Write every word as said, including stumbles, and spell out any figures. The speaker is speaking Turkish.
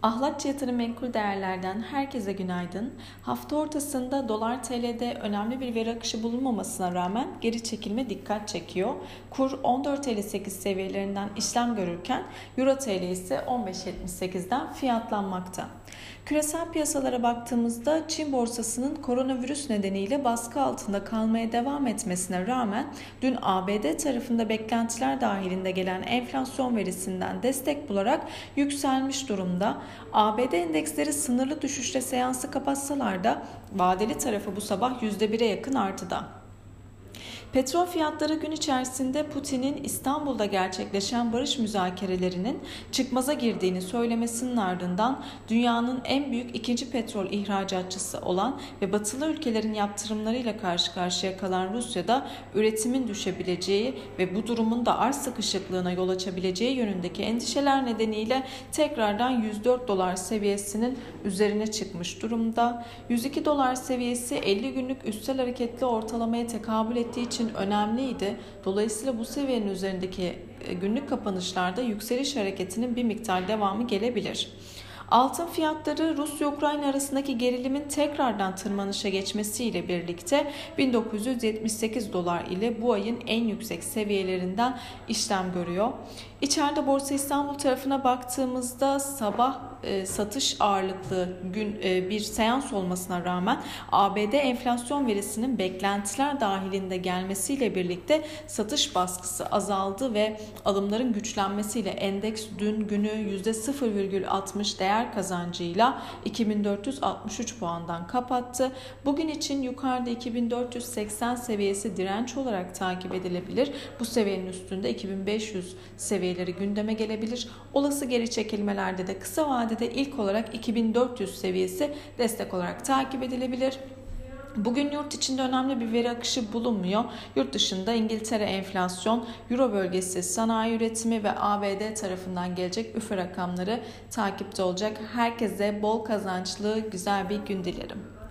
Ahlatçı Yatırım Menkul Değerler'den herkese günaydın. Hafta ortasında dolar T L'de önemli bir veri akışı bulunmamasına rağmen geri çekilme dikkat çekiyor. Kur on dört elli sekiz seviyelerinden işlem görürken Euro T L ise on beş yetmiş sekizden fiyatlanmakta. Küresel piyasalara baktığımızda Çin borsasının koronavirüs nedeniyle baskı altında kalmaya devam etmesine rağmen dün A B D tarafında beklentiler dahilinde gelen enflasyon verisinden destek bularak yükselmiş durumda. A B D endeksleri sınırlı düşüşle seansı kapatsalar da vadeli tarafı bu sabah yüzde bire yakın artıda. Petrol fiyatları gün içerisinde Putin'in İstanbul'da gerçekleşen barış müzakerelerinin çıkmaza girdiğini söylemesinin ardından dünyanın en büyük ikinci petrol ihracatçısı olan ve batılı ülkelerin yaptırımlarıyla karşı karşıya kalan Rusya'da üretimin düşebileceği ve bu durumun da arz sıkışıklığına yol açabileceği yönündeki endişeler nedeniyle tekrardan yüz dört dolar seviyesinin üzerine çıkmış durumda. yüz iki dolar seviyesi elli günlük üstel hareketli ortalamaya tekabül ettiği için önemliydi. Dolayısıyla bu seviyenin üzerindeki günlük kapanışlarda yükseliş hareketinin bir miktar devamı gelebilir. Altın fiyatları Rusya-Ukrayna arasındaki gerilimin tekrardan tırmanışa geçmesiyle birlikte bin dokuz yüz yetmiş sekiz dolar ile bu ayın en yüksek seviyelerinden işlem görüyor. İçeride Borsa İstanbul tarafına baktığımızda sabah e, satış ağırlıklı gün e, bir seans olmasına rağmen A B D enflasyon verisinin beklentiler dahilinde gelmesiyle birlikte satış baskısı azaldı ve alımların güçlenmesiyle endeks dün günü yüzde sıfır virgül altmış değer kazancıyla iki bin dört yüz altmış üç puandan kapattı. Bugün için yukarıda iki bin dört yüz seksen seviyesi direnç olarak takip edilebilir. Bu seviyenin üstünde iki bin beş yüz seviyeleri gündeme gelebilir. Olası geri çekilmelerde de kısa vadede ilk olarak iki bin dört yüz seviyesi destek olarak takip edilebilir. Bugün yurt içinde önemli bir veri akışı bulunmuyor. Yurt dışında İngiltere enflasyon, Euro bölgesi sanayi üretimi ve A B D tarafından gelecek üfe rakamları takipte olacak. Herkese bol kazançlı güzel bir gün dilerim.